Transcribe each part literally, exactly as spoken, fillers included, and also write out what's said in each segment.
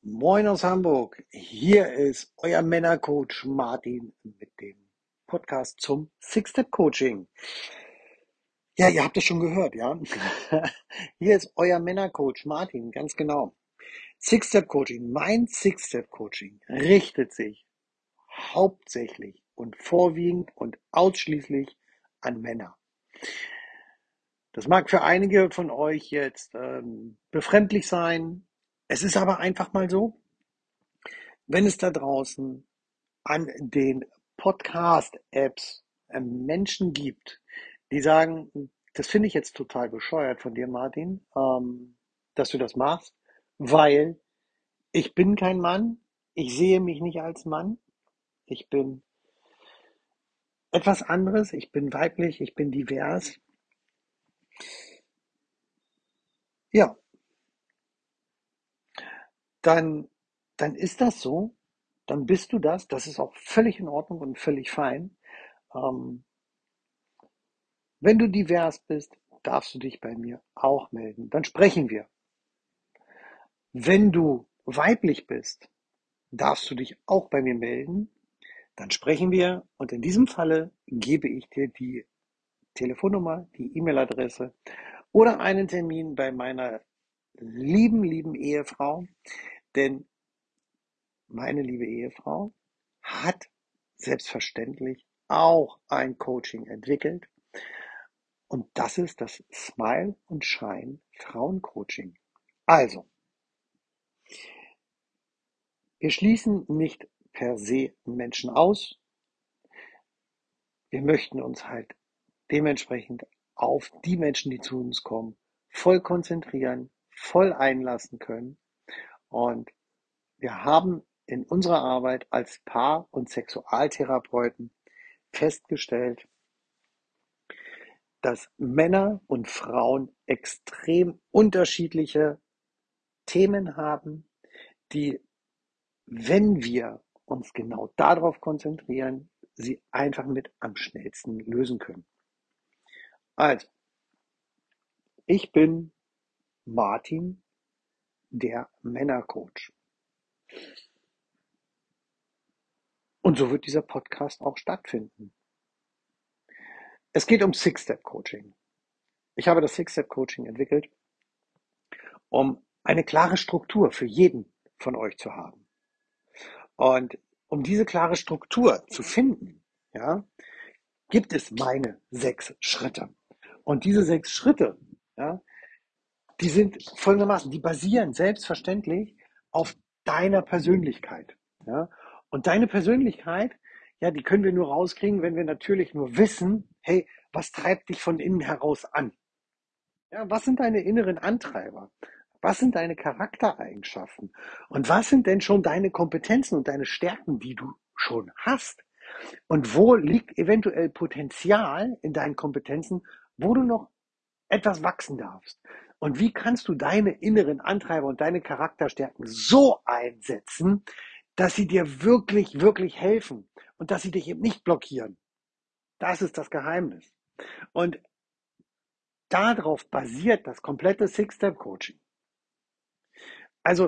Moin aus Hamburg. Hier ist euer Männercoach Martin mit dem Podcast zum Six-Step-Coaching. Ja, ihr habt es schon gehört, ja? Hier ist euer Männercoach Martin, ganz genau. Six-Step-Coaching, mein Six-Step-Coaching richtet sich hauptsächlich und vorwiegend und ausschließlich an Männer. Das mag für einige von euch jetzt ähm, befremdlich sein. Es ist aber einfach mal so, wenn es da draußen an den Podcast-Apps äh, Menschen gibt, die sagen, das finde ich jetzt total bescheuert von dir, Martin, ähm, dass du das machst, weil ich bin kein Mann, ich sehe mich nicht als Mann, ich bin etwas anderes, ich bin weiblich, ich bin divers. Ja, dann, dann ist das so, dann bist du das, das ist auch völlig in Ordnung und völlig fein. Ähm, Wenn du divers bist, darfst du dich bei mir auch melden. Dann sprechen wir. Wenn du weiblich bist, darfst du dich auch bei mir melden. Dann sprechen wir und in diesem Falle gebe ich dir die Telefonnummer, die E-Mail-Adresse oder einen Termin bei meiner lieben, lieben Ehefrau. Denn meine liebe Ehefrau hat selbstverständlich auch ein Coaching entwickelt. Und das ist das Smile und Shine Frauencoaching. Also, wir schließen nicht per se Menschen aus. Wir möchten uns halt dementsprechend auf die Menschen, die zu uns kommen, voll konzentrieren, voll einlassen können. Und wir haben in unserer Arbeit als Paar- und Sexualtherapeuten festgestellt, dass Männer und Frauen extrem unterschiedliche Themen haben, die, wenn wir uns genau darauf konzentrieren, sie einfach mit am schnellsten lösen können. Also, ich bin Martin, der Männercoach. Und so wird dieser Podcast auch stattfinden. Es geht um Six-Step-Coaching. Ich habe das Six-Step-Coaching entwickelt, um eine klare Struktur für jeden von euch zu haben. Und um diese klare Struktur zu finden, ja, gibt es meine sechs Schritte. Und diese sechs Schritte, ja, die sind folgendermaßen, die basieren selbstverständlich auf deiner Persönlichkeit. Ja? Und deine Persönlichkeit, ja, die können wir nur rauskriegen, wenn wir natürlich nur wissen, hey, was treibt dich von innen heraus an? Ja, was sind deine inneren Antreiber? Was sind deine Charaktereigenschaften? Und was sind denn schon deine Kompetenzen und deine Stärken, die du schon hast? Und wo liegt eventuell Potenzial in deinen Kompetenzen, wo du noch etwas wachsen darfst? Und wie kannst du deine inneren Antreiber und deine Charakterstärken so einsetzen, dass sie dir wirklich, wirklich helfen und dass sie dich eben nicht blockieren? Das ist das Geheimnis. Und darauf basiert das komplette Six-Step-Coaching. Also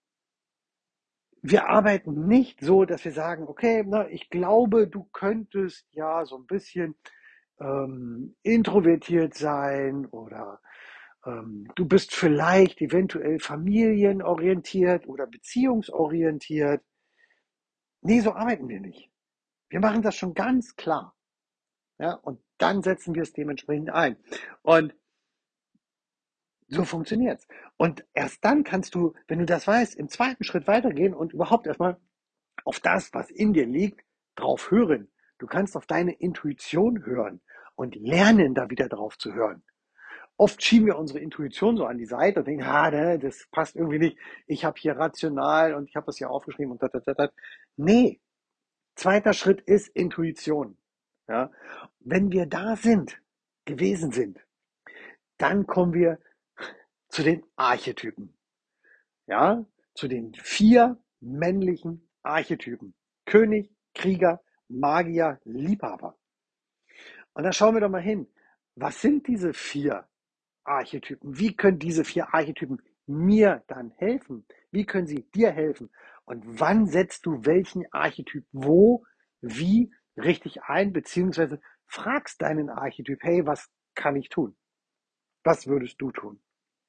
wir arbeiten nicht so, dass wir sagen, okay, na, ich glaube, du könntest ja so ein bisschen ähm, introvertiert sein oder ähm, du bist vielleicht eventuell familienorientiert oder beziehungsorientiert. Nee, so arbeiten wir nicht. Wir machen das schon ganz klar. Ja, und dann setzen wir es dementsprechend ein. Und so funktioniert's. Und erst dann kannst du, wenn du das weißt, im zweiten Schritt weitergehen und überhaupt erstmal auf das, was in dir liegt, drauf hören. Du kannst auf deine Intuition hören und lernen, da wieder drauf zu hören. Oft schieben wir unsere Intuition so an die Seite und denken, ah, ne, das passt irgendwie nicht. Ich habe hier rational und ich habe das hier aufgeschrieben und da, da, da, da. Nee, zweiter Schritt ist Intuition. Ja? Wenn wir da sind, gewesen sind, dann kommen wir zu den Archetypen. Ja, zu den vier männlichen Archetypen. König, Krieger, Magier, Liebhaber. Und da schauen wir doch mal hin. Was sind diese vier Archetypen? Wie können diese vier Archetypen mir dann helfen? Wie können sie dir helfen? Und wann setzt du welchen Archetyp wo, wie richtig ein, beziehungsweise fragst deinen Archetyp, hey, was kann ich tun? Was würdest du tun?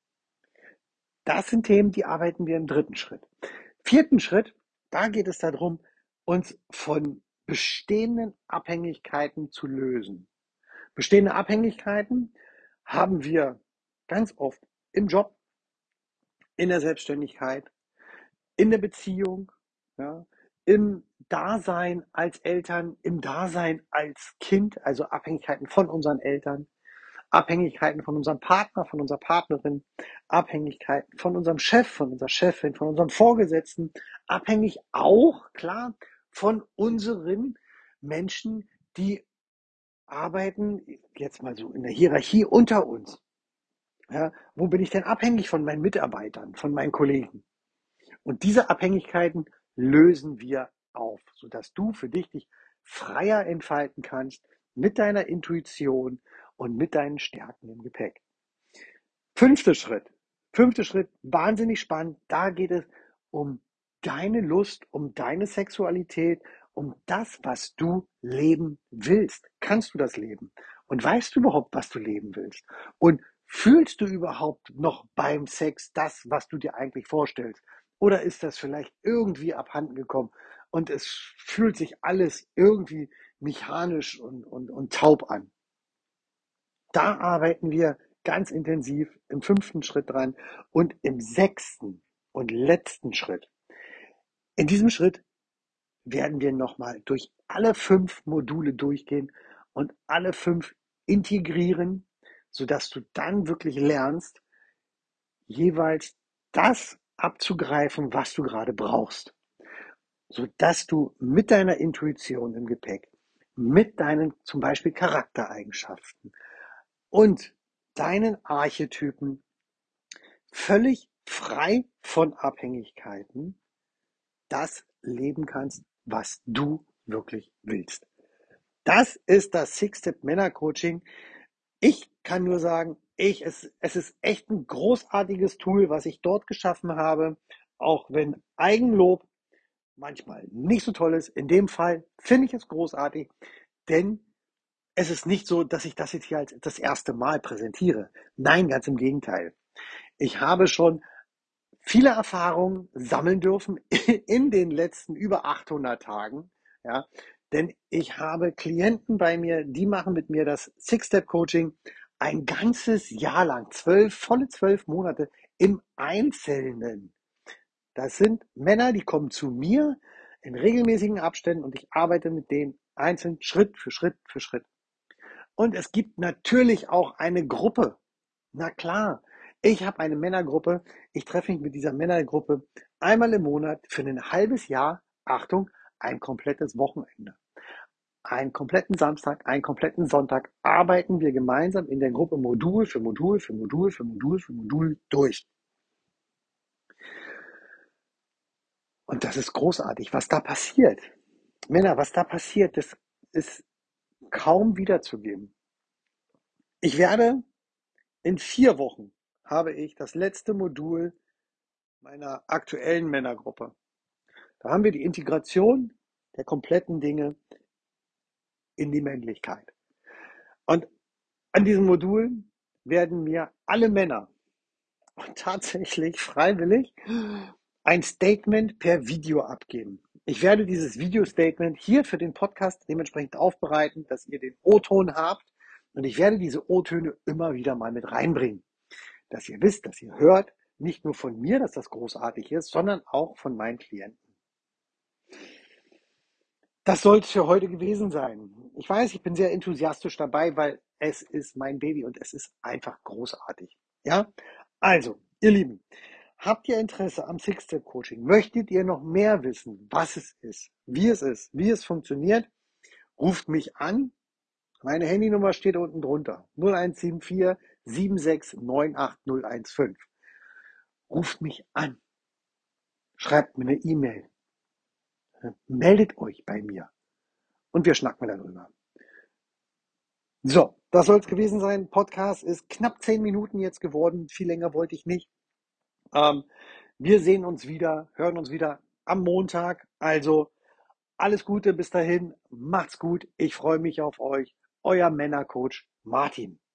Das sind Themen, die arbeiten wir im dritten Schritt. Vierten Schritt, da geht es darum, uns von bestehenden Abhängigkeiten zu lösen. Bestehende Abhängigkeiten haben wir ganz oft im Job, in der Selbstständigkeit, in der Beziehung, ja, im Dasein als Eltern, im Dasein als Kind, also Abhängigkeiten von unseren Eltern, Abhängigkeiten von unserem Partner, von unserer Partnerin, Abhängigkeiten von unserem Chef, von unserer Chefin, von unserem Vorgesetzten, abhängig auch, klar, von unseren Menschen, die arbeiten, jetzt mal so in der Hierarchie unter uns. Ja, wo bin ich denn abhängig von meinen Mitarbeitern, von meinen Kollegen? Und diese Abhängigkeiten lösen wir auf, sodass du für dich dich freier entfalten kannst mit deiner Intuition und mit deinen Stärken im Gepäck. Fünfter Schritt. Fünfter Schritt, wahnsinnig spannend. Da geht es um deine Lust, um deine Sexualität, um das, was du leben willst. Kannst du das leben? Und weißt du überhaupt, was du leben willst? Und fühlst du überhaupt noch beim Sex das, was du dir eigentlich vorstellst? Oder ist das vielleicht irgendwie abhanden gekommen und es fühlt sich alles irgendwie mechanisch und, und, und taub an? Da arbeiten wir ganz intensiv im fünften Schritt dran und im sechsten und letzten Schritt. In diesem Schritt werden wir nochmal durch alle fünf Module durchgehen und alle fünf integrieren, sodass du dann wirklich lernst, jeweils das abzugreifen, was du gerade brauchst, sodass du mit deiner Intuition im Gepäck, mit deinen zum Beispiel Charaktereigenschaften und deinen Archetypen völlig frei von Abhängigkeiten das leben kannst, was du wirklich willst. Das ist das Six-Step-Männer-Coaching. Ich kann nur sagen, ich, es, es ist echt ein großartiges Tool, was ich dort geschaffen habe, auch wenn Eigenlob manchmal nicht so toll ist. In dem Fall finde ich es großartig, denn es ist nicht so, dass ich das jetzt hier als das erste Mal präsentiere. Nein, ganz im Gegenteil. Ich habe schon viele Erfahrungen sammeln dürfen in den letzten über achthundert Tagen. Ja, denn ich habe Klienten bei mir, die machen mit mir das Six-Step-Coaching ein ganzes Jahr lang, zwölf, volle zwölf Monate im Einzelnen. Das sind Männer, die kommen zu mir in regelmäßigen Abständen und ich arbeite mit denen einzeln Schritt für Schritt für Schritt. Und es gibt natürlich auch eine Gruppe. Na klar, ich habe eine Männergruppe. Ich treffe mich mit dieser Männergruppe einmal im Monat für ein halbes Jahr. Achtung, ein komplettes Wochenende. Einen kompletten Samstag, einen kompletten Sonntag arbeiten wir gemeinsam in der Gruppe Modul für Modul für Modul für Modul für Modul durch. Und das ist großartig, was da passiert. Männer, was da passiert, das ist kaum wiederzugeben. Ich werde in vier Wochen habe ich das letzte Modul meiner aktuellen Männergruppe. Da haben wir die Integration der kompletten Dinge in die Männlichkeit. Und an diesem Modul werden mir alle Männer und tatsächlich freiwillig ein Statement per Video abgeben. Ich werde dieses Video-Statement hier für den Podcast dementsprechend aufbereiten, dass ihr den O-Ton habt. Und ich werde diese O-Töne immer wieder mal mit reinbringen, dass ihr wisst, dass ihr hört, nicht nur von mir, dass das großartig ist, sondern auch von meinen Klienten. Das soll es für heute gewesen sein. Ich weiß, ich bin sehr enthusiastisch dabei, weil es ist mein Baby und es ist einfach großartig. Ja, also, ihr Lieben, habt ihr Interesse am Six-Step-Coaching? Möchtet ihr noch mehr wissen, was es ist, wie es ist, wie es funktioniert? Ruft mich an. Meine Handynummer steht unten drunter. null eins sieben vier sieben sechs neun acht null eins fünf. Ruft mich an. Schreibt mir eine E-Mail. Meldet euch bei mir. Und wir schnacken darüber. So, das soll es gewesen sein. Podcast ist knapp zehn Minuten jetzt geworden. Viel länger wollte ich nicht. Ähm, Wir sehen uns wieder, hören uns wieder am Montag. Also alles Gute bis dahin, macht's gut. Ich freue mich auf euch. Euer Männercoach Martin.